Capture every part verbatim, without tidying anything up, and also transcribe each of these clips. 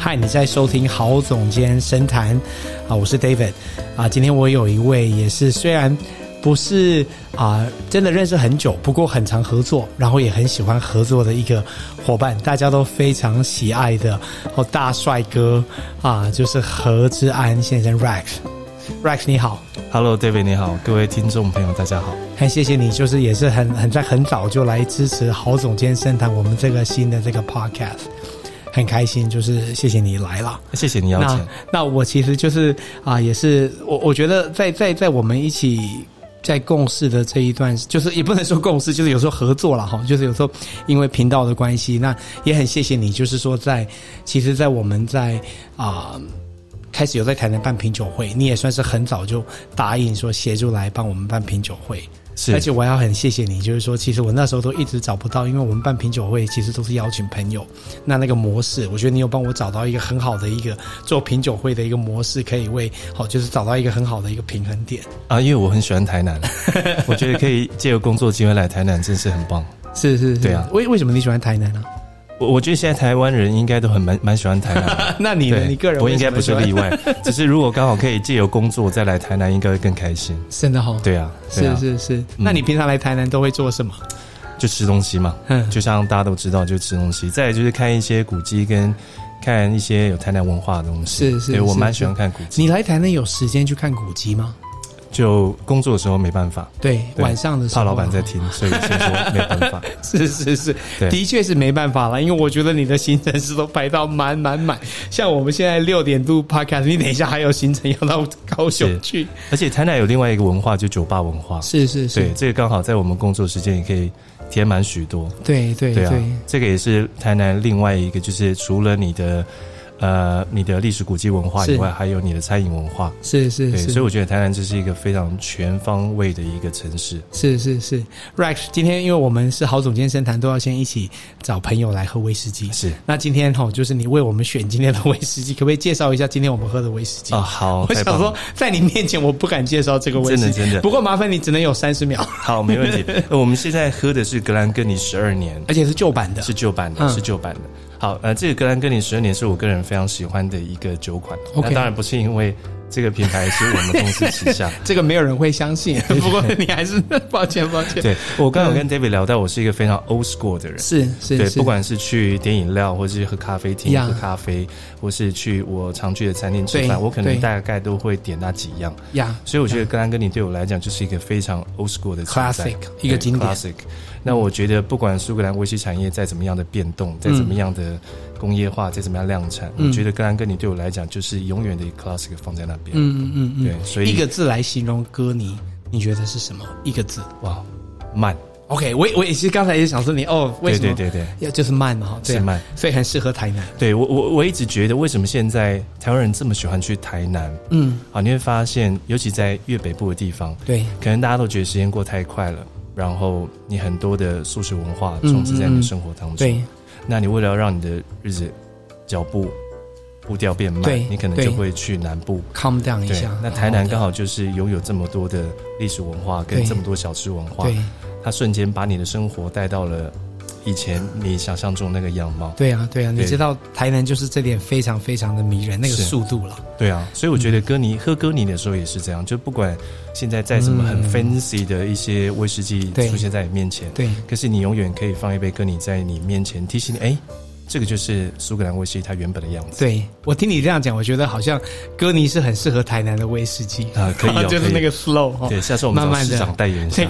嗨，你在收听郝总监深谈啊，我是 David 啊。今天我有一位也是虽然不是啊真的认识很久，不过很常合作，然后也很喜欢合作的一个伙伴，大家都非常喜爱的哦大帅哥啊，就是何之安先生 Rex。Rex 你好。 Hello David 你好，各位听众朋友大家好。 很谢谢你，就是也是很很在很早就来支持郝总监深谈我们这个新的这个 podcast。很开心，就是谢谢你来了， 谢谢你邀请。 那那我其实就是啊、呃，也是我我觉得在在在我们一起在共事的这一段，就是也不能说共事，就是有时候合作了哈，就是有时候因为频道的关系，那也很谢谢你，就是说在其实，在我们在啊、呃、开始有在台南办品酒会，你也算是很早就答应说协助来帮我们办品酒会。是，而且我要很谢谢你，就是说其实我那时候都一直找不到，因为我们办品酒会其实都是邀请朋友，那那个模式我觉得你有帮我找到一个很好的一个做品酒会的一个模式，可以为好就是找到一个很好的一个平衡点啊。因为我很喜欢台南我觉得可以借由工作机会来台南真是很棒。 是是是，对啊。为为什么你喜欢台南呢、啊？ 我我觉得现在台湾人应该都很蛮蛮喜欢台南那你呢？你个人我应该不是例外只是如果刚好可以借由工作再来台南应该会更开心。 真的齁。 对啊，对啊是是是、嗯、那你平常来台南都会做什么？ 就吃东西嘛，嗯，就像大家都知道就吃东西，再来就是看一些古迹跟看一些有台南文化的东西。 是是， 对，我蛮喜欢看古迹。 你来台南有时间去看古迹吗？ 就工作的时候没办法， 对, 对晚上的时候怕老板在听，所以先说没办法是是是，的确是没办法了，因为我觉得你的行程是都排到满满满，像我们现在六点度 podcast， 你等一下还有行程要到高雄去。 而且台南有另外一个文化，就酒吧文化。 是是是， 对，这个刚好在我们工作时间也可以填满许多。 对对 对, 对, 啊、对，这个也是台南另外一个，就是除了你的呃，你的历史古迹文化以外，还有你的餐饮文化。 是是是， 所以我觉得台南这是一个非常全方位的一个城市。 是是是 ，Rex， 今天因为我们是郝总监深谈，都要先一起找朋友来喝威士忌。 是， 那今天齁，就是你为我们选今天的威士忌，可不可以介绍一下今天我们喝的威士忌？ 啊、哦，好， 我想说，在你面前我不敢介绍这个威士忌， 真的真的。 不过麻烦你只能有三十秒。 好，没问题。我们现在喝的是格兰哥尼十二年， 而且是旧版的， 是旧版的，嗯、是旧版的。好，呃，这个格兰哥尼十二年是我个人非常喜欢的一个酒款。Okay. 那当然不是因为这个品牌是我们公司旗下， 这个没有人会相信。不过你还是抱歉抱歉。 对，我刚刚有跟 David 聊到，我是一个非常 old school 的人。 是是， 对， 是不管是去点饮料，或是喝咖啡厅喝咖啡，或是去我常去的餐厅吃饭，我可能大概都会点那几样。呀，所以我觉得格兰哥尼对我来讲就是一个非常 old school 的 classic， 一个经典。 classic。那我觉得不管苏格兰威士忌产业再怎么样的变动，再怎么样的工业化，再怎么样量产，嗯、我觉得格兰哥尼对我来讲就是永远的一个 classic 放在那边。 嗯嗯嗯嗯， 对，所以一个字来形容哥尼，你觉得是什么？一个字， 哇，慢。 OK， 我我也是刚才也想说你哦，为什么？ 对对对对， 要就是慢嘛，对、啊， 是慢， 所以很适合台南。 对我我我一直觉得，为什么现在台湾人这么喜欢去台南？嗯，啊，你会发现，尤其在越北部的地方， 对， 可能大家都觉得时间过太快了。然后你很多的素食文化充斥在你的生活当中，对、嗯，那你为了要让你的日子脚步步调变慢，你可能就会去南部 calm down 一下。 那台南刚好就是拥有这么多的历史文化跟这么多小吃文化，对，它瞬间把你的生活带到了以前你想象中那个样貌。 对啊，对啊，你知道台南就是这点非常非常的迷人，那个速度了。 对啊，所以我觉得哥尼、嗯、喝哥尼的时候也是这样，就不管现在再怎么很 fancy 的一些威士忌出现在你面前，对，可是你永远可以放一杯哥尼在你面前，提醒你，哎，这个就是苏格兰威士忌它原本的样子。对， 我听你这样讲，我觉得好像哥尼是很适合台南的威士忌啊，可以、哦， 就是那个 slow 哦。 对，下次我们找市长代言一下。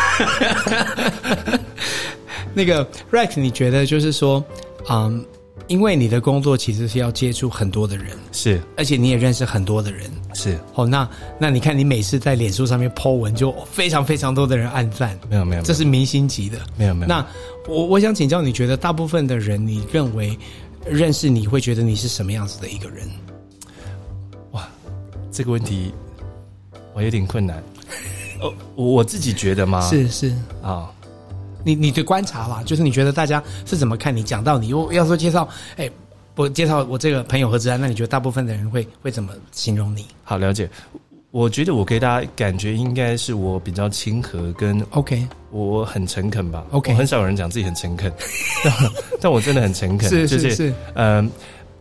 那个 Rex， 你觉得就是说，嗯，因为你的工作其实是要接触很多的人， 是，而且你也认识很多的人， 是。 哦，那那你看你每次在脸书上面 po 文，就非常非常多的人按赞， 没有没有， 这是明星级的， 没有没有。 那我我想请教，你觉得大部分的人，你认为认识你会觉得你是什么样子的一个人？ 哇，这个问题我有点困难。哦，我自己觉得吗？ 是是啊。 哦， 你你的观察啦，就是你觉得大家是怎么看你？讲到你，我要说介绍，哎，我介绍我这个朋友何志安，那你觉得大部分的人会会怎么形容你？ 好，了解。我觉得我给大家感觉应该是我比较亲和，跟 OK， 我很诚恳吧。 OK， 我很少有人讲自己很诚恳，但我真的很诚恳， 是是是， 嗯、呃，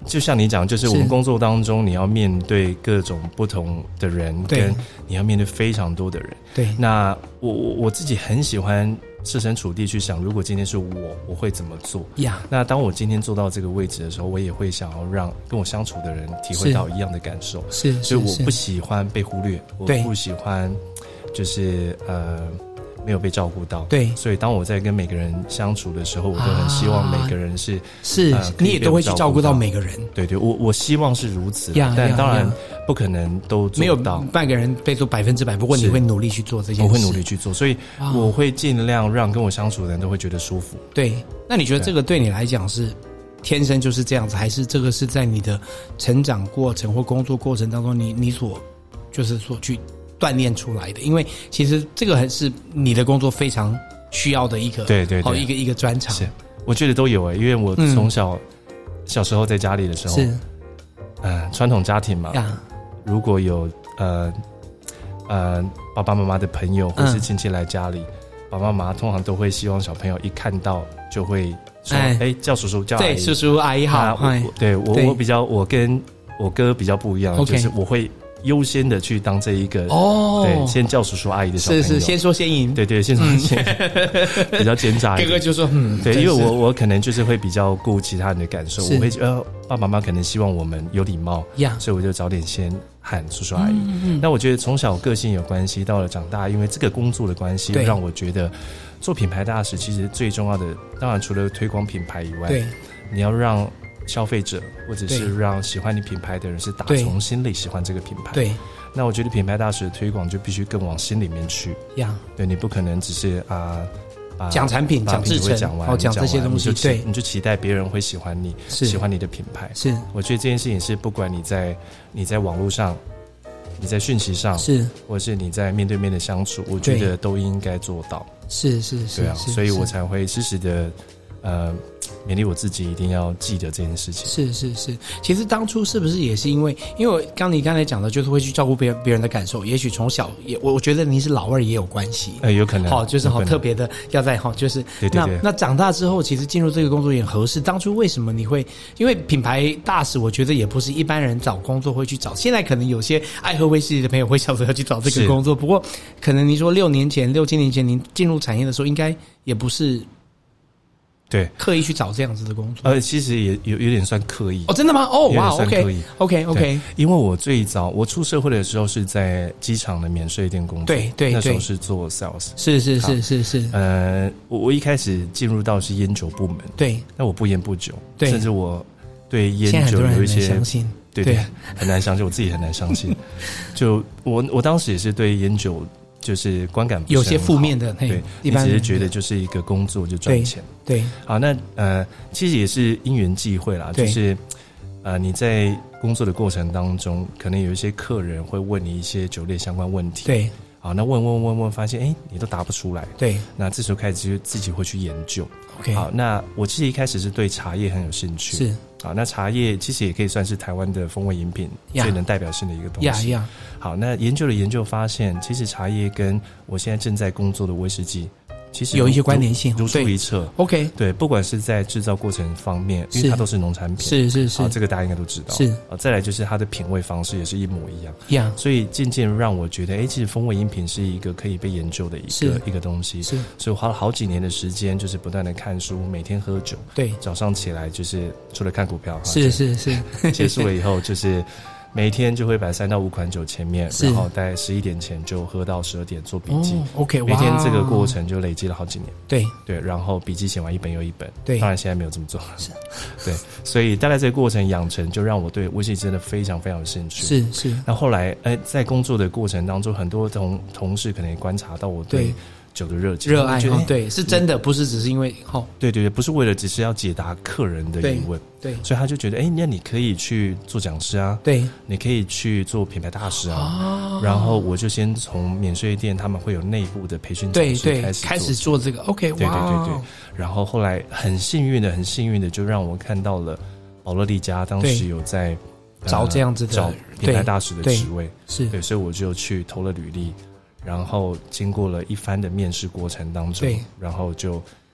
就像你讲，就是我们工作当中你要面对各种不同的人，跟你要面对非常多的人。 对， 那我我我自己很喜欢设身处地去想，如果今天是我，我会怎么做呀？ Yeah. 那当我今天做到这个位置的时候，我也会想要让跟我相处的人体会到一样的感受。 是， 所以我不喜欢被忽略，我不喜欢就是呃没有被照顾到。 对， 所以当我在跟每个人相处的时候，我都很希望每个人是、啊、 是、呃、你也都会去照顾到每个人。 对对，我我希望是如此，呀但当然不可能都做到，没有半个人被做百分之百。不过你会努力去做这件事， 我会努力去做，所以我会尽量让跟我相处的人都会觉得舒服。 对，那你觉得这个对你来讲是天生就是这样子，还是这个是在你的成长过程或工作过程当中，你你所就是所去锻炼出来的？因为其实这个还是你的工作非常需要的一个， 对对对， 好一个一个专长。 是，我觉得都有诶、欸，因为我从小、嗯、小时候在家里的时候，是，呃，传统家庭嘛，呀如果有呃呃爸爸妈妈的朋友或是亲戚来家里，嗯、爸爸妈妈通常都会希望小朋友一看到就会说，哎、欸欸，叫叔叔叫阿姨， 对，叔叔阿姨好。啊、 我对我我比较我跟我哥比较不一样， okay. 就是我会优先的去当这一个哦，对，先叫叔叔阿姨的小朋友， 是是，先说先赢， 对对，先说先赢，嗯、比较奸诈一点。 哥哥就说，嗯， 对，因为我我可能就是会比较顾其他人的感受，我会呃，爸爸妈妈可能希望我们有礼貌呀，所以我就早点先喊叔叔阿姨。嗯嗯，那我觉得从小个性有关系，到了长大，因为这个工作的关系，让我觉得做品牌大使其实最重要的，当然除了推广品牌以外，对，你要让消费者或者是让喜欢你品牌的人是打从心里喜欢这个品牌。对，那我觉得品牌大使的推广就必须更往心里面去呀。对，你不可能只是啊把讲产品、讲制程、 讲完、 哦讲这些东西， 你就对，你就期待别人会喜欢你，喜欢你的品牌。是，我觉得这件事情是不管你在你在网络上，你在讯息上，是，或者是你在面对面的相处，我觉得都应该做到。是是是，对啊，所以我才会时时的呃。勉励我自己一定要记得这件事情。是是是，其实当初是不是也是因为，因为刚你刚才讲的，就是会去照顾别人别人的感受，也许从小也我我觉得您是老二也有关系，呃，有可能，好，就是好特别的要在好，就是对对对。那那长大之后，其实进入这个工作也合适。当初为什么你会？因为品牌大使，我觉得也不是一般人找工作会去找。现在可能有些爱喝威士忌的朋友会想着要去找这个工作，不过可能您说六年前、六七年前您进入产业的时候，应该也不是。对，刻意去找这样子的工作，呃，其实也有有点算刻意哦，真的吗？哦，哇 ，OK，OK，OK， okay, 因为我最早我出社会的时候是在机场的免税店工作，对对，那时候是做 sales， 是是是是是，呃，我我一开始进入到是烟酒部门，对，那我不烟不酒，对，甚至我对烟酒有一些相信，对对，很难相信，我自己很难相信，就我我当时也是对烟酒。就是观感不是很好有些负面的，对，一般只是觉得就是一个工作就赚钱，对。对好，那呃，其实也是因缘际会啦，就是呃，你在工作的过程当中，可能有一些客人会问你一些酒类相关问题，对。好，那问问问问，发现哎，你都答不出来，对。那这时候开始就自己会去研究 ，OK。好，那我其实一开始是对茶叶很有兴趣，是。好，那茶叶其实也可以算是台湾的风味饮品最能代表性的一个东西。Yeah, yeah. 好，那研究了研究发现，其实茶叶跟我现在正在工作的威士忌，其实有一些关联性，如出一辙。OK， 对，不管是在制造过程方面，因为它都是农产品，是是是，啊，这个大家应该都知道。是啊，再来就是它的品味方式也是一模一样。Yeah， 所以渐渐让我觉得，哎，其实风味饮品是一个可以被研究的一个一个东西。是，所以我花了好几年的时间，就是不断的看书，每天喝酒。对，早上起来就是除了看股票，是是是，结束了以后就是。每一天就会摆三到五款酒前面，然后大概十一点前就喝到十二点做笔记。哦、OK， 每天这个过程就累积了好几年。对对，然后笔记写完一本又一本。对，当然现在没有这么做。是，对，所以大概这个过程养成，就让我对威士忌真的非常非常有兴趣。是是。那后来，哎，在工作的过程当中，很多同同事可能也观察到我对。酒的热情、热爱，哦、对，是真的，不是只是因为哦，对对对，不是为了只是要解答客人的疑问，对，对所以他就觉得，哎，那你可以去做讲师啊，对，你可以去做品牌大使啊，哦、然后我就先从免税店，他们会有内部的培训讲师开始开始做这个 ，OK， 对对对对，然后后来很幸运的，很幸运的，就让我看到了保乐利家当时有在找这样子的、呃、找品牌大使的职位，是对，所以我就去投了履历。然后经过了一番的面试过程当中，对，然后就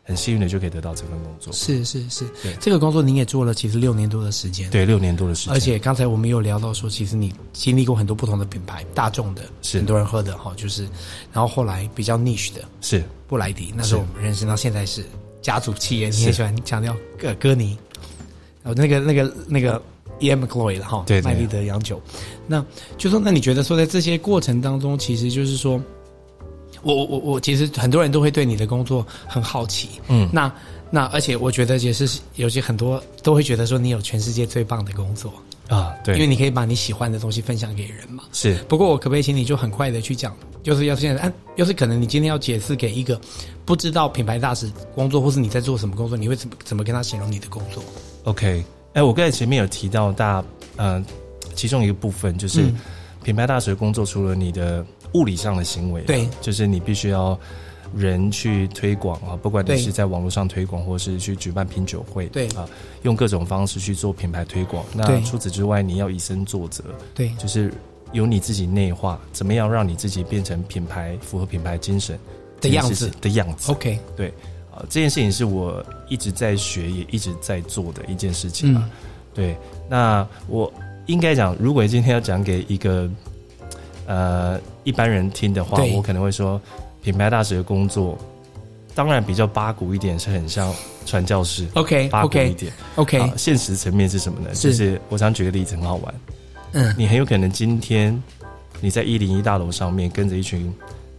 很幸运的就可以得到这份工作。 是是是，这个工作您也做了其实六年多的时间。 对，六年多的时间。 而且刚才我们有聊到说，其实你经历过很多不同的品牌，大众的，很多人喝的哈，就是，然后后来比较 niche 的， 是布莱迪，那时候我们认识到现在是家族企业，你也喜欢强调哥哥尼，然后那个那个那个 E M Macloy 哈，对，麦利德洋酒。那就说，那你觉得说在这些过程当中，其实就是说，我我我其实很多人都会对你的工作很好奇，嗯，那那而且我觉得也是有些很多都会觉得说你有全世界最棒的工作啊，对， 因为你可以把你喜欢的东西分享给人嘛。 是， 不过我可不可以请你就很快的去讲，就是要现在，啊，要是可能你今天要解释给一个不知道品牌大使工作或是你在做什么工作，你会怎么怎么跟他形容你的工作 ？OK， 哎，我刚才前面有提到大，呃，其中一个部分就是、嗯、品牌大使的工作，除了你的物理上的行为， 对， 就是你必须要人去推广啊，不管你是在网络上推广，或是去举办品酒会， 对啊，用各种方式去做品牌推广。那除此之外，你要以身作则， 对， 就是由你自己内化，怎么样让你自己变成品牌符合品牌精神的样子的样子。 OK， 对啊，这件事情是我一直在学，也一直在做的一件事情啊。嗯、对，那我应该讲，如果今天要讲给一个呃一般人听的话，我可能会说。品牌大使的工作，当然比较八股一点，是很像传教士。 OK， 八股一点。 OK，, okay、 啊、现实层面是什么呢？是就是我常举个例子，很好玩。嗯，你很有可能今天你在一零一大楼上面跟着一群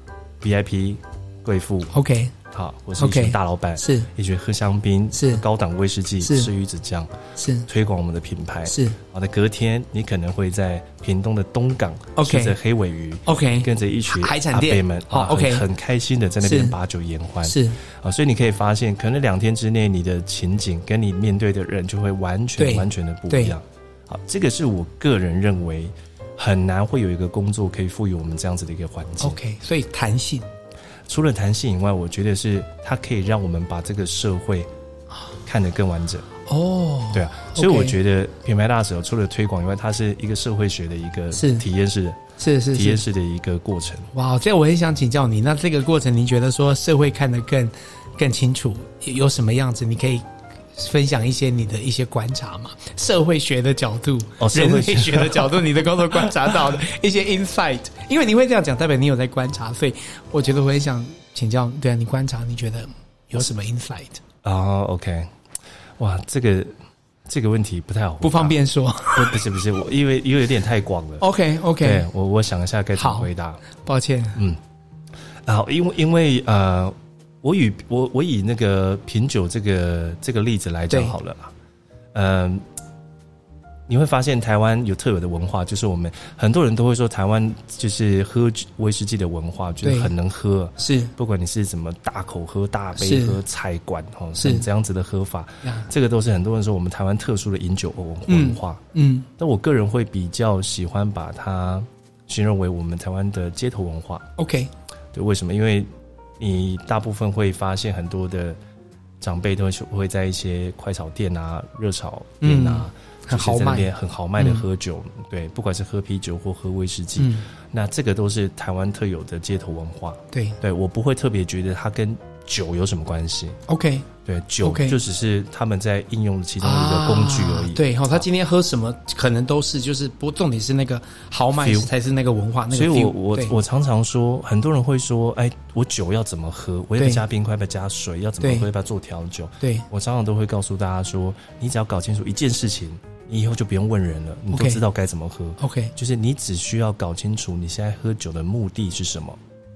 V I P 贵妇 ，OK， 好，或是一群大老板， 是一群喝香槟， 是高档威士忌，吃鱼子酱， 是推广我们的品牌， 是好的。隔天你可能会在屏东的东港 ，OK， 吃着黑尾鱼 ，OK， 跟着一群海产店们， 好 ，OK， 很开心的在那边把酒言欢， 是啊，所以你可以发现，可能两天之内你的情景跟你面对的人就会完全完全的不一样。好，这个是我个人认为很难会有一个工作可以赋予我们这样子的一个环境。 OK， 所以弹性。 除了弹性以外，我觉得是它可以让我们把这个社会看得更完整。 哦， 对啊，所以我觉得品牌大使除了推广以外，它是一个社会学的一个体验式的， 是是体验式的一个过程。 哇，这我很想请教你，那这个过程您觉得说社会看得更更清楚，有什么样子？你可以分享一些你的一些观察嘛？社会学的角度， 哦， 人类学的角度，你的工作观察到的一些 insight， 因为你会这样讲，代表你有在观察，所以我觉得我很想请教，对啊，你观察，你觉得有什么 insight？ 哦 ，OK， 哇，这个这个问题不太好， 不方便说， 不不是不是，我因为因为有点太广了。 OK OK， 对我我想一下该怎么回答。 抱歉， 嗯，啊，因为因为呃。我以我我以那个品酒这个这个例子来讲好了啦，嗯，你会发现台湾有特有的文化，就是我们很多人都会说台湾就是喝威士忌的文化，就是很能喝， 是不管你是怎么大口喝、大杯喝、菜馆哦，是这样子的喝法，这个都是很多人说我们台湾特殊的饮酒文化。嗯，嗯但我个人会比较喜欢把它形容为我们台湾的街头文化。 OK， 对，为什么？因为你大部分会发现很多的长辈都会在一些快炒店啊、热炒店啊， 嗯、很豪迈、 很豪迈的喝酒。嗯、对，不管是喝啤酒或喝威士忌，嗯、那这个都是台湾特有的街头文化。 对， 对我不会特别觉得它跟酒有什么关系。 OK， 对，酒就只是他们在应用其中的一个工具而已。 啊、对，好、哦，他今天喝什么可能都是，就是不过重点是那个豪迈才是那个文化。那个 feel, 所以我我我常常说，很多人会说，哎，我酒要怎么喝？我要不要加冰块？要不要加水？要怎么喝？要不要做调酒？ 对， 我常常都会告诉大家说，你只要搞清楚一件事情，你以后就不用问人了，你都知道该怎么喝。 OK， 就是你只需要搞清楚你现在喝酒的目的是什么。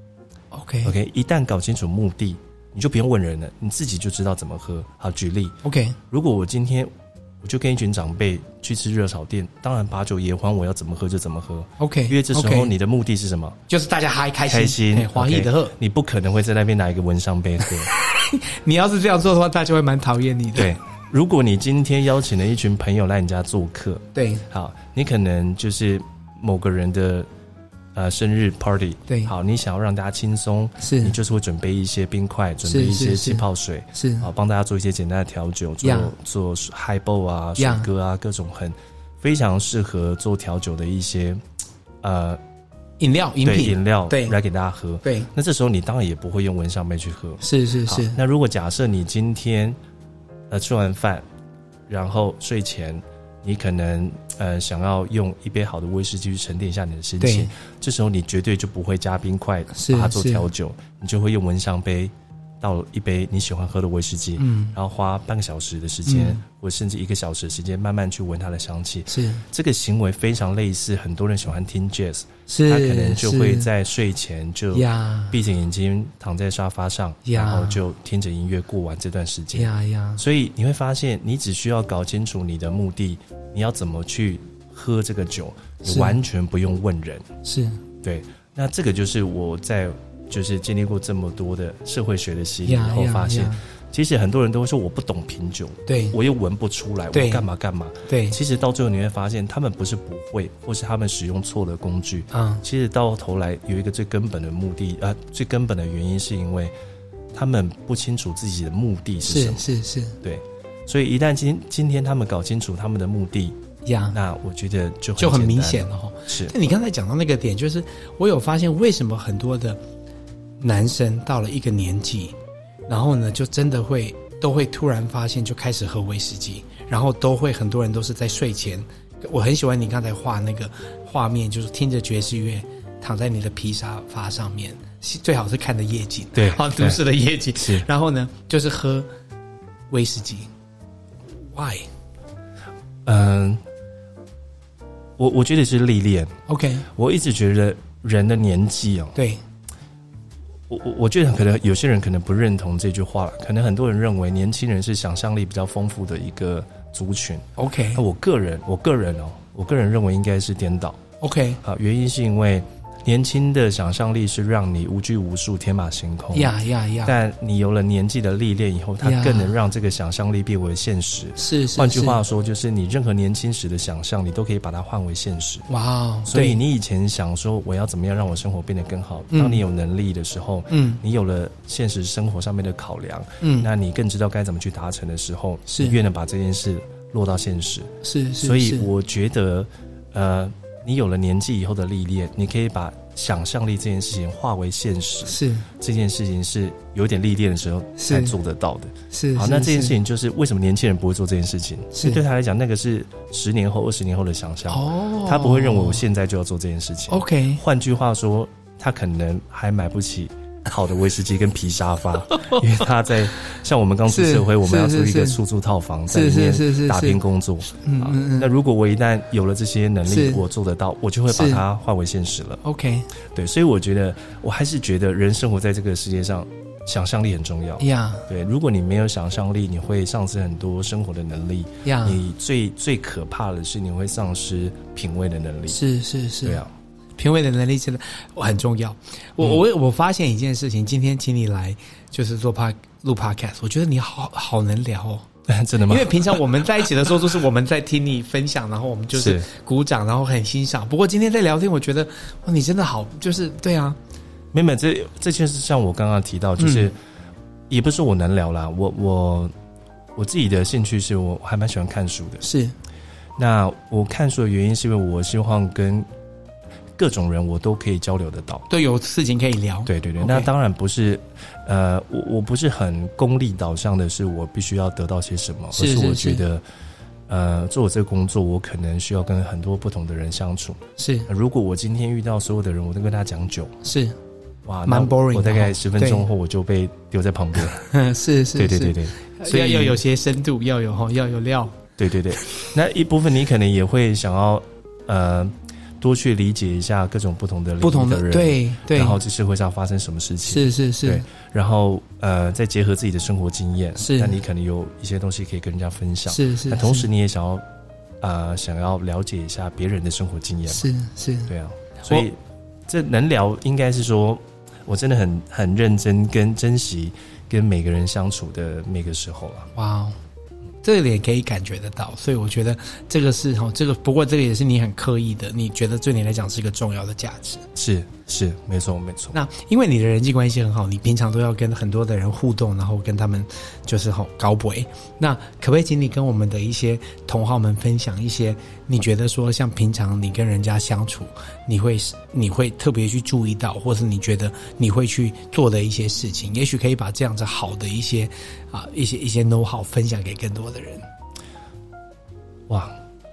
OK OK， 一旦搞清楚目的，你就不用问人了，你自己就知道怎么喝。好，举例 ，OK， 如果我今天我就跟一群长辈去吃热炒店，当然把酒言欢，我要怎么喝就怎么喝。 OK， 因为这时候你的目的是什么？ 就是大家嗨开心， 开心华裔的喝。 你不可能会在那边拿一个文商杯喝。 你要是这样做的话，大家就会蛮讨厌你的。 对，如果你今天邀请了一群朋友来你家做客， 对， 好，你可能就是某个人的。呃，生日 party， 对， 好，你想要让大家轻松，是你就是会准备一些冰块，准备一些气泡水， 是， 好，帮大家做一些简单的调酒，做、yeah. 做 highball 啊，水哥啊， yeah. 各种很非常适合做调酒的一些呃饮料饮品饮料对来给大家喝。 对， 那这时候你当然也不会用蚊香杯去喝。 是是是。 那如果假设你今天呃吃完饭，然后睡前你可能呃想要用一杯好的威士忌去沉淀一下你的心情，这时候你绝对就不会加冰块把它做调酒，你就会用蚊香杯倒一杯你喜欢喝的威士忌，嗯，然后花半个小时的时间、嗯、或甚至一个小时的时间慢慢去闻它的香气。是这个行为非常类似很多人喜欢听 jazz， 是他可能就会在睡前就闭着眼睛躺在沙发上，然后就听着音乐过完这段时间。所以你会发现你只需要搞清楚你的目的，你要怎么去喝这个酒，你完全不用问人。是对，那这个就是我在就是经历过这么多的社会学的洗礼以后发现， yeah, yeah, yeah. 其实很多人都会说我不懂品酒，对，我又闻不出来，我干嘛干嘛。对，其实到最后你会发现，他们不是不会，或是他们使用错了工具。嗯，其实到头来有一个最根本的目的，呃，最根本的原因是因为他们不清楚自己的目的是什么。是是是，对。所以一旦今今天他们搞清楚他们的目的。呀、yeah, 那我觉得就很就很明显了。 是， 那你刚才讲到那个点，就是我有发现为什么很多的男生到了一个年纪，然后呢就真的会都会突然发现就开始喝威士忌，然后都会很多人都是在睡前。我很喜欢你刚才画那个画面，就是听着爵士乐躺在你的皮沙发上面，最好是看着夜景，对，啊，都市的夜景，是，然后呢就是喝威士忌。 Why？ 嗯，我我觉得是历练。 OK， 我一直觉得人的年纪哦，对，我我我觉得可能有些人可能不认同这句话了，可能很多人认为年轻人是想象力比较丰富的一个族群。 OK， 那我个人我个人哦我个人认为应该是颠倒。 OK， 好，原因是因为年轻的想象力是让你无拘无束天马行空，呀呀呀！但你有了年纪的历练以后，它更能让这个想象力变为现实。是是，换句话说，就是你任何年轻时的想象，你都可以把它换为现实。哇！所以你以前想说我要怎么样让我生活变得更好，嗯、当你有能力的时候，嗯，你有了现实生活上面的考量，嗯，那你更知道该怎么去达成的时候，是你越能把这件事落到现实。是是，所以我觉得，呃。你有了年纪以后的历练，你可以把想象力这件事情化为现实。是，这件事情是有点历练的时候才做得到的。是，好，那这件事情就是为什么年轻人不会做这件事情？是，对他来讲，那个是十年后、二十年后的想象。哦，他不会认为我现在就要做这件事情。OK， 换句话说，他可能还买不起好的威士忌跟皮沙发，因为他在像我们刚出社会，我们要租一个出租套房，在里面打拼工作。嗯嗯，那如果我一旦有了这些能力，我做得到，我就会把它化为现实了。OK， 对，所以我觉得，我还是觉得人生活在这个世界上，想象力很重要。呀，对，如果你没有想象力，你会丧失很多生活的能力。呀，你最最可怕的是你会丧失品味的能力。是是是，对啊。 品味的能力真的很重要。我我我发现一件事情，今天请你来就是做 pa 录 podcast， 我觉得你好好能聊哦。 真的吗？ 因为平常我们在一起的时候，都是我们在听你分享，然后我们就是鼓掌，然后很欣赏。不过今天在聊天，我觉得哇，你真的好，就是对啊。 没有，这这就是像我刚刚提到，就是、嗯、也不是我能聊啦，我我我自己的兴趣是我还蛮喜欢看书的。是，那我看书的原因是因为我希望跟各种人我都可以交流得到， 对，有事情可以聊。 对对对， okay. 那当然不是，呃，我我不是很功利导向的，是我必须要得到些什么，是是是，而是我觉得，呃，做我这个工作，我可能需要跟很多不同的人相处。是，如果我今天遇到所有的人，我都跟他讲酒，是，哇，蛮 boring， 我大概十分钟后我就被丢在旁边。 是是， 对对对对， 所以要有些深度，要有要有料。 对对对，那一部分你可能也会想要，呃。多去理解一下各种不同的领域的人，不同的对对，然后这社会上发生什么事情，是是是，对，然后呃，再结合自己的生活经验，是，那你可能有一些东西可以跟人家分享，是是，那同时你也想要呃想要了解一下别人的生活经验，是是，对啊，所以这能聊应该是说，我真的很很认真跟珍惜跟每个人相处的每个时候了，哇。 这个也可以感觉得到，所以我觉得这个是这个不过这个也是你很刻意的，你觉得对你来讲是一个重要的价值。 是是，没错没错。 那因为你的人际关系很好，你平常都要跟很多的人互动，然后跟他们就是好搞鬼。那可不可以请你跟我们的一些同好们分享一些你觉得说像平常你跟人家相处，你会你会特别去注意到，或是你觉得你会去做的一些事情，也许可以把这样子好的一些啊一些一些 know how 分享给更多的人。 哇，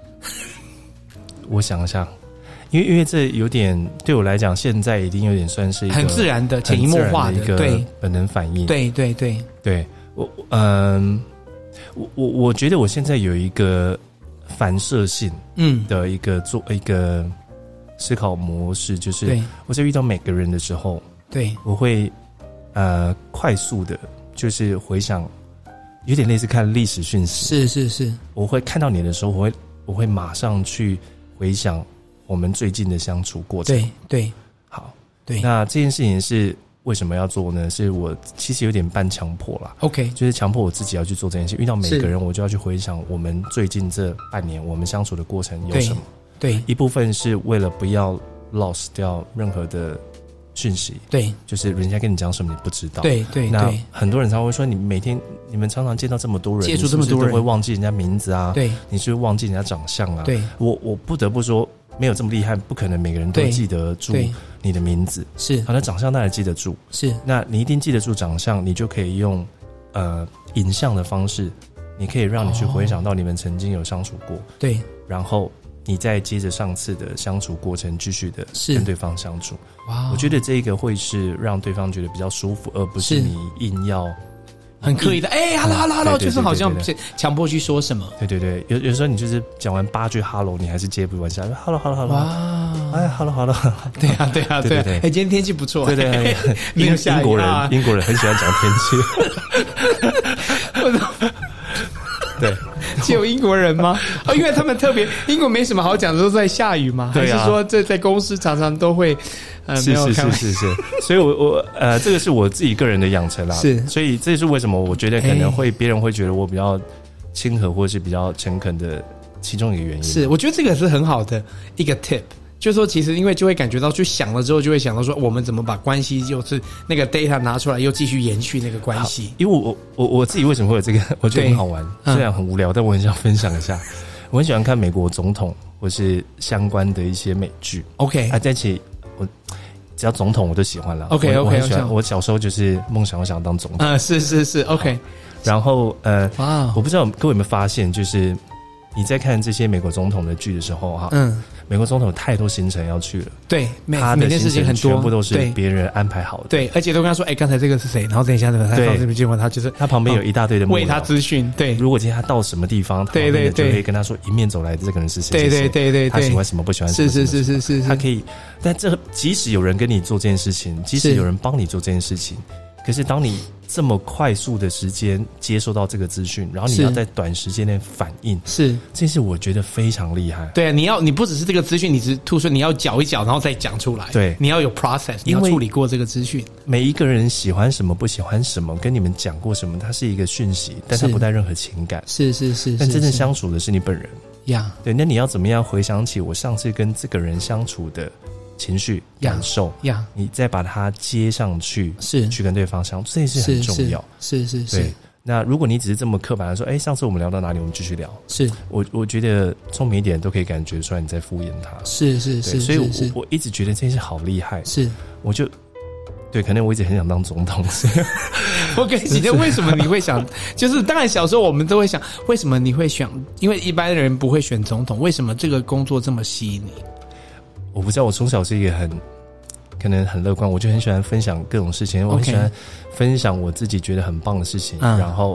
我想一下。因为因为这有点对我来讲，现在已经有点算是一个很自然的、潜移默化的一个本能反应。 对对对对，我嗯，我我我觉得我现在有一个反射性嗯的一个做一个思考模式，就是我在遇到每个人的时候，对，我会呃快速的，就是回想，有点类似看历史讯息。 是是是， 我会看到你的时候，我会我会马上去回想我们最近的相处过程。 对对， 好，对。那这件事情是为什么要做呢？是我其实有点半强迫啦。 OK， 就是强迫我自己要去做这件事。遇到每个人，我就要去回想我们最近这半年我们相处的过程有什么。 对，对， 一部分是为了不要 lost 掉任何的讯息。对，就是人家跟你讲什么你不知道。 对对对。 那很多人常会说，你每天你们常常见到这么多人， 接触这么多人， 你是不是都会忘记人家名字啊？ 对， 你是不是忘记人家长相啊？ 对， 我我不得不说。没有这么厉害，不可能每个人都记得住你的名字。是，好，那长相当然记得住。是，那你一定记得住长相，你就可以用呃影像的方式，你可以让你去回想到你们曾经有相处过。对，然后你再接着上次的相处过程，继续的跟对方相处。哇，我觉得这个会是让对方觉得比较舒服，而不是你硬要。 很刻意的，哎、欸、，hello hello hello，就是好像强迫去说什么。 对对对，有有时候你就是讲完八句 hello， 你还是接不完下来 ，hello hello hello， 哇，哎 hello hello， 对啊对啊对啊，哎、欸，今天天气不错， 对对对，没有下雨。英国人英国人很喜欢讲天气。对， 只有英国人吗？哦，因为他们特别，英国没什么好讲的，都在下雨嘛。对啊，还是说这在公司常常都会？呃， 是是是是是，所以我我呃，这个是我自己个人的养成啦。是，所以这是为什么我觉得可能会别人会觉得我比较亲和或是比较诚恳的其中一个原因。 是，我觉得这个是很好的一个 tip。就是说其实因为就会感觉到去想了之后就会想到说我们怎么把关系就是那个 data 拿出来又继续延续那个关系。 因为我我我自己为什么会有这个我觉得很好玩，虽然很无聊，但我很想分享一下。我很喜欢看美国总统或是相关的一些美剧。 OK 啊，在一起我只要总统我都喜欢了。 OK OK， 我很喜欢，我小时候就是梦想我想要当总统。 啊、呃，是是是 OK。 然后呃哇，我不知道各位有没有发现，就是你在看这些美国总统的剧的时候哈，嗯，美国总统有太多行程要去了。对，他的行程全部都是别人安排好的。 对，而且都跟他说，哎、欸，刚才这个是谁？然后等一下，他到这边结果他就是他旁边有一大堆的幕僚为他资讯。对， 如果今天他到什么地方，对对对，就可以跟他说迎面走来的这个人是谁？对对对对，他喜欢什么不喜欢什么？是是是是是，他可以。但这即使有人跟你做这件事情，即使有人帮你做这件事情，可是当你这么快速的时间接收到这个资讯，然后你要在短时间内反应，是这是我觉得非常厉害。 对，你要你不只是这个资讯，你只是吐出，你要搅一搅，然后再讲出来。对，你要有 process， 你要处理过这个资讯。 每一个人喜欢什么，不喜欢什么，跟你们讲过什么，它是一个讯息，但它不带任何情感。 是是 是, 是， 但真正相处的是你本人呀。Yeah. 对，那你要怎么样回想起我上次跟这个人相处的情绪感受呀， yeah, yeah. 你再把它接上去，是去跟对方相处，这也是很重要。 是是 是, 是。 对，那如果你只是这么刻板的说，哎、欸，上次我们聊到哪里，我们继续聊。是我我觉得聪明一点都可以感觉出来你在敷衍他。是是是，所以我我一直觉得这件事好厉害。是，我就对，可能我一直很想当总统。 我跟你讲，为什么你会想？就是当然小时候我们都会想，为什么你会想？因为一般人不会选总统，为什么这个工作这么吸引你？ 我不知道，我从小是一个很可能很乐观，我就很喜欢分享各种事情， okay. 我很喜欢分享我自己觉得很棒的事情。嗯、然后，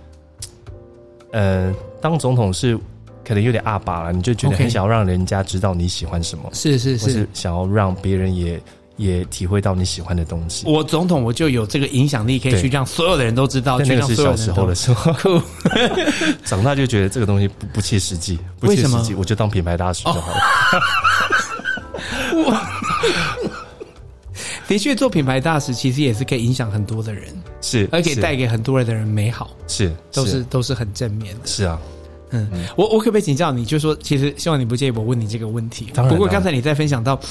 呃，当总统是可能有点阿爸了，你就觉得很想要让人家知道你喜欢什么，是是 是, 是想要让别人也也体会到你喜欢的东西。 我总统我就有这个影响力，可以去让所有的人都知道。 但那个是小时候的时候，长大就觉得这个东西不不切实际，不切实际，我就当品牌大使就好了。 哦的确，做品牌大使其实也是可以影响很多的人，是，而可以带给很多人的人美好，是，都是都是很正面的。 是啊， 嗯，我我可不可以请教你，就说，其实希望你不介意我问你这个问题。当然，不过刚才你在分享到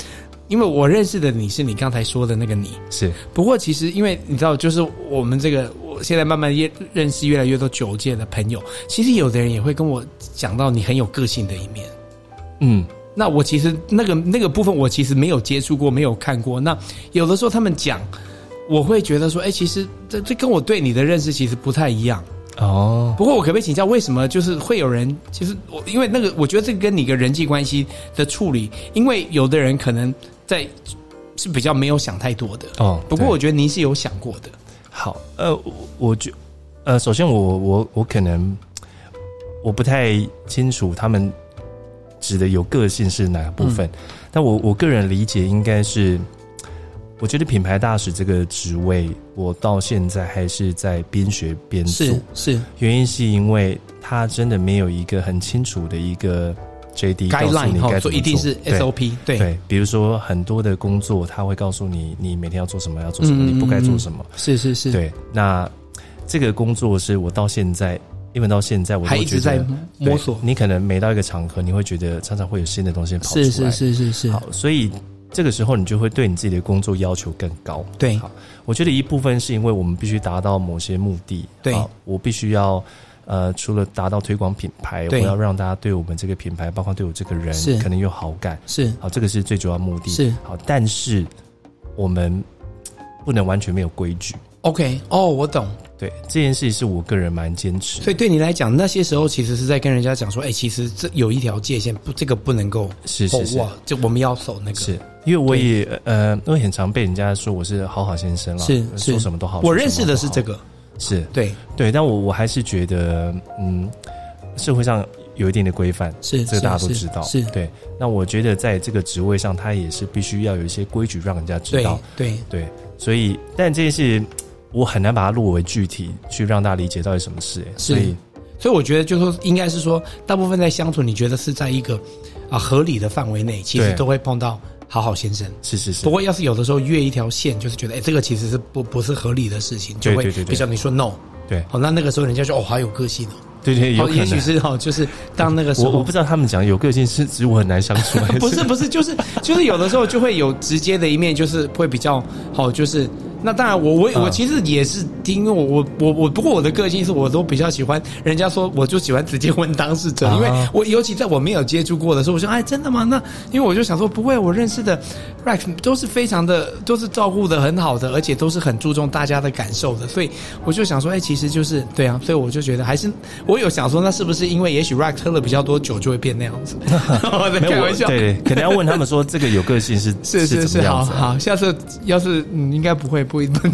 因为我认识的你是你刚才说的那个你， 是。 不过其实因为你知道，就是我们这个我现在慢慢认识越来越多九界的朋友，其实有的人也会跟我讲到你很有个性的一面。嗯，那我其实那个那个部分我其实没有接触过，没有看过。那有的时候他们讲，我会觉得说，哎、欸，其实这这跟我对你的认识其实不太一样。哦，不过我可不可以请教，为什么就是会有人，其实我因为那个，我觉得这个跟你个人际关系的处理，因为有的人可能在是比较没有想太多的哦。不过我觉得您是有想过的。 好，呃，我觉呃，首先我我我可能我不太清楚他们指的有个性是哪个部分，嗯、但我我个人理解应该是。我觉得品牌大使这个职位，我到现在还是在边学边做。 是是， 原因是因为他真的没有一个很清楚的一个 J D 告诉你该怎么做， 一定是 S O P 对。 对，比如说很多的工作，他会告诉你，你每天要做什么，要做什么，嗯、你不该做什么。 是是是， 对。那这个工作是我到现在，因为到现在我都觉得还一直在摸索。 你可能每到一个场合，你会觉得常常会有新的东西跑出来。 是是是是是。 好，所以。这个时候你就会对你自己的工作要求更高。 对， 好，我觉得一部分是因为我们必须达到某些目的。 对， 我必须要呃，除了达到推广品牌，我要让大家对我们这个品牌，包括对我这个人，可能有好感。 是， 好，这个是最主要目的。 是， 好，但是我们不能完全没有规矩。 OK， 哦，我懂。 对，这件事是我个人蛮坚持的。 所以对你来讲，那些时候其实是在跟人家讲说，哎、欸，其实这有一条界限，不，这个不能够。 是是是， 哇，就我们要守那个。 是因为我也呃，因为很常被人家说我是好好先生啦， 是是说什么都好。 我认识的是这个， 是对对，但我我还是觉得，嗯，社会上有一定的规范， 是这个大家都知道， 是对。那我觉得在这个职位上，他也是必须要有一些规矩让人家知道， 对对对。所以，但这件事。我很难把它落为具体去让大家理解到底什么事、欸，所以， 所以我觉得就是说，应该是说，大部分在相处，你觉得是在一个啊合理的范围内，其实都会碰到好好先生。 是是是。 不过要是有的时候越一条线，就是觉得哎、欸，这个其实是不不是合理的事情，就会比较你说 no， 对， 好，那那个时候人家说哦，好有个性哦。 对对，有可能， 也许是哈，就是当那个时候， 我我不知道他们讲有个性是指我很难相处， 不是不是，就是就是有的时候就会有直接的一面，就是会比较好，就是那当然我我我其实也是因为我我我我不过我的个性是我都比较喜欢人家说我就喜欢直接问当事者，因为我尤其在我没有接触过的时候，我说哎真的吗？那因为我就想说不会，我认识的 Rex 都是非常的都是照顾的很好的，而且都是很注重大家的感受的，所以我就想说哎其实就是对啊，所以我就觉得还是我。我有想说，那是不是因为也许 Rex 喝了比较多酒就会变那样子？我在开玩笑， 对，可能要问他们说这个有个性是是是是，好好，下次要是嗯，应该不会不一定。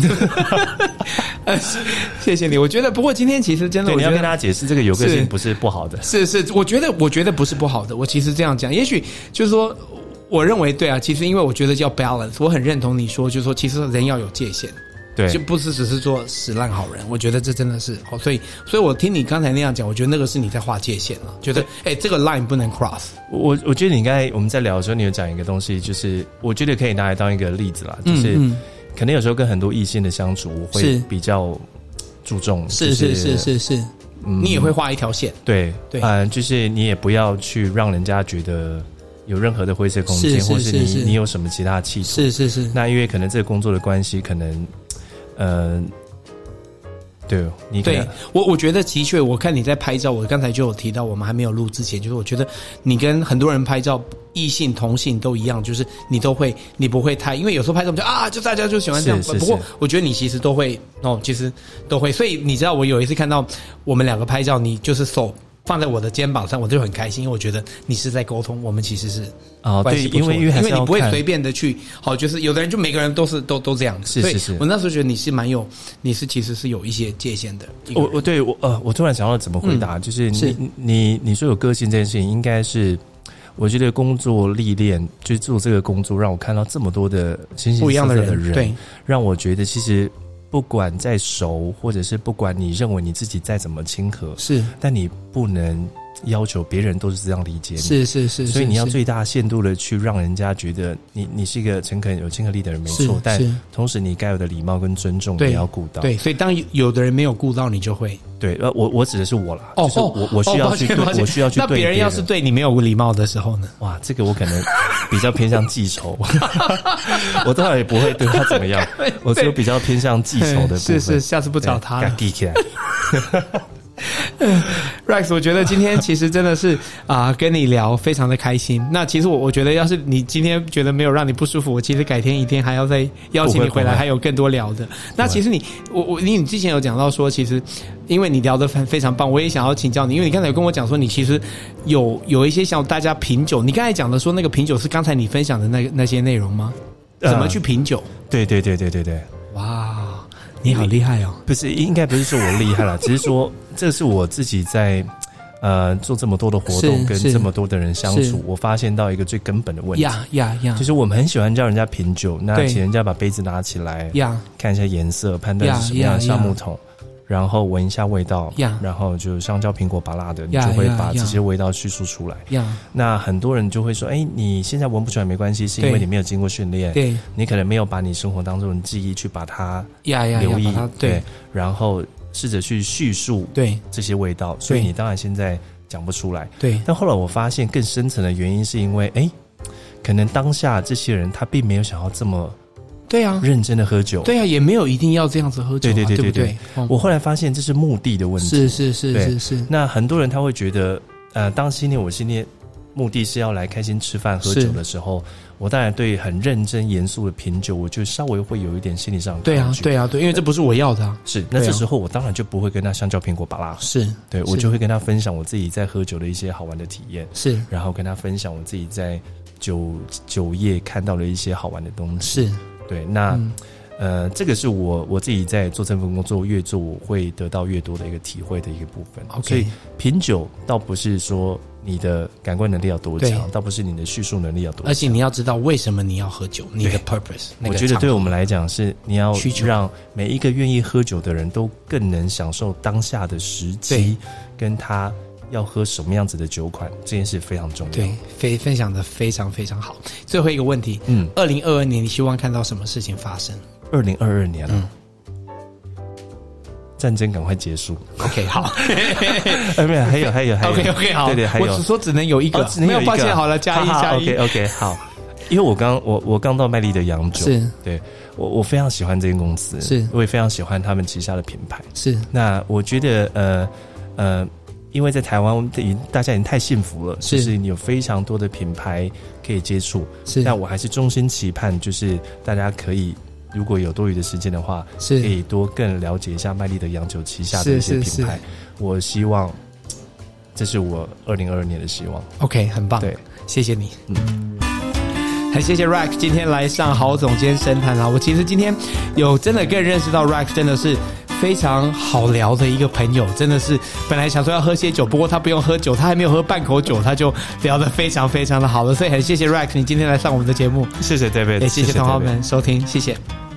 谢谢你，我觉得不过今天其实真的，我你要跟大家解释，这个有个性不是不好的， 是是，我觉得我觉得不是不好的，我其实这样讲，也许就是说，我认为对啊，其实因为我觉得叫 balance， 我很认同你说，就是说，其实人要有界限。 对， 就不是只是做死烂好人，我觉得这真的是好，所以，所以我听你刚才那样讲，我觉得那个是你在划界限了，觉得哎、欸，这个 line 不能 cross。 我我觉得你刚才我们在聊的时候，你有讲一个东西，就是我觉得可以拿来当一个例子啦，就是可能有时候跟很多异性的相处，我会比较注重、就是， 是是是是是，嗯、你也会画一条线， 对对，嗯、呃，就是你也不要去让人家觉得。有任何的灰色空间，或是你你有什么其他的企图？ 是是是。 那因为可能这个工作的关系，可能，呃，对你对我我觉得的确，我看你在拍照，我刚才就有提到，我们还没有录之前，就是我觉得你跟很多人拍照，异性同性都一样，就是你都会，你不会太，因为有时候拍照就啊，就大家就喜欢这样。不过我觉得你其实都会哦，其实都会。所以你知道，我有一次看到我们两个拍照，你就是手。放在我的肩膀上，我就很开心，因为我觉得你是在沟通，我们其实是啊，对，因为因为因为你不会随便的去，好，就是有的人就每个人都是都都这样， 是是是。 我那时候觉得你是蛮有，你是其实是有一些界限的。 我我对我呃，我突然想到怎么回答，嗯、就是你是你你说有个性这件事情，应该是我觉得工作历练，就是做这个工作，让我看到这么多的形形色色的人， 人对， 让我觉得其实。不管再熟，或者是不管你认为你自己再怎么亲和， 是， 但你不能要求别人都是这样理解你， 是是是， 所以你要最大限度的去让人家觉得你你是一个诚恳有亲和力的人，没错，但同时你该有的礼貌跟尊重也要顾到。 对，所以当有的人没有顾到，你就会对，呃，我我指的是我啦， 哦， 就是我我需要去对，我需要去对别人。 那别人要是对你没有礼貌的时候呢？ 哇，这个我可能比较偏向记仇，我当然也不会对他怎么样，我就比较偏向记仇的部分。 是是，下次不找他了， 记起来。 Rex， 我觉得今天其实真的是啊、呃，跟你聊非常的开心。那其实我我觉得，要是你今天觉得没有让你不舒服，我其实改天一天还要再邀请你回来，还有更多聊的。那其实你我我你之前有讲到说，其实因为你聊得非常棒，我也想要请教你，因为你刚才有跟我讲说，你其实有有一些像大家品酒，你刚才讲的说那个品酒是刚才你分享的那个那些内容吗？怎么去品酒？ 呃、对对对对对对， 哇。你好厉害哦！ 不是，应该不是说我厉害啦，只是说这是我自己在呃做这么多的活动，跟这么多的人相处，我发现到一个最根本的问题。 呀呀呀！ 就是我们很喜欢叫人家品酒，那请人家把杯子拿起来，看一下颜色，判断是什么样的橡木桶。然后闻一下味道， yeah. 然后就香蕉、苹果、芭乐的，你就会把这些味道叙述出来。 Yeah. 那很多人就会说：“哎，你现在闻不出来没关系，是因为你没有经过训练，对，你可能没有把你生活当中的记忆去把它留意， yeah, yeah, 对, 对， 然后试着去叙述对这些味道，所以你当然现在讲不出来。对，但后来我发现更深层的原因是因为，哎，可能当下这些人他并没有想要这么。” 对啊， 认真的喝酒， 对啊，也没有一定要这样子喝酒、啊， 对对对对 对, 对, 对, 对、 嗯。我后来发现这是目的的问题， 是是是是是。 那很多人他会觉得，呃，当今天我今天目的是要来开心吃饭喝酒的时候，我当然对很认真严肃的品酒，我就稍微会有一点心理上的对啊对啊对，因为这不是我要的、啊。 是，那这时候我当然就不会跟他香蕉、苹果、芭乐， 是对我就会跟他分享我自己在喝酒的一些好玩的体验， 是， 然后跟他分享我自己在酒酒业看到的一些好玩的东西， 是对那。嗯呃，这个是我我自己在做这份工作越做，我会得到越多的一个体会的一个部分。Okay. 所以品酒倒不是说你的感官能力要多强，倒不是你的叙述能力要多强， 而且你要知道为什么你要喝酒，你的 purpose。 我觉得对我们来讲是你要让每一个愿意喝酒的人都更能享受当下的时机，跟他要喝什么样子的酒款，这件事非常重要。 对，非分享的非常非常好。最后一个问题，嗯，二零二二年你希望看到什么事情发生？ 二零二二年了、啊嗯，战争赶快结束。 OK， 好， 没有，还有还有还有 ，OK OK， 好， 对对，还有， 我只说只能有一个， 哦、只能有一个， 没有，抱歉，好了，加一加一 ，OK OK， 好，因为我刚我我刚到麦丽的洋酒， 是， 对我我非常喜欢这间公司， 是， 我也非常喜欢他们旗下的品牌， 是。 那我觉得呃呃。因为在台湾，已经大家已经太幸福了，是就是你有非常多的品牌可以接触。是，但我还是衷心期盼，就是大家可以，如果有多余的时间的话，是可以多更了解一下麦丽的洋酒旗下的一些品牌。是是是，我希望，这是我二零二二年的希望。 OK， 很棒， 对， 谢谢你。嗯。很谢谢 Rex 今天来上郝总监深谈啦。我其实今天有真的更认识到 Rex 真的是非常好聊的一个朋友，真的是本来想说要喝些酒，不过他不用喝酒，他还没有喝半口酒，他就聊得非常非常的好了。所以很谢谢 Rex 你今天来上我们的节目， 谢谢 David， 也谢谢同好们收听，谢谢。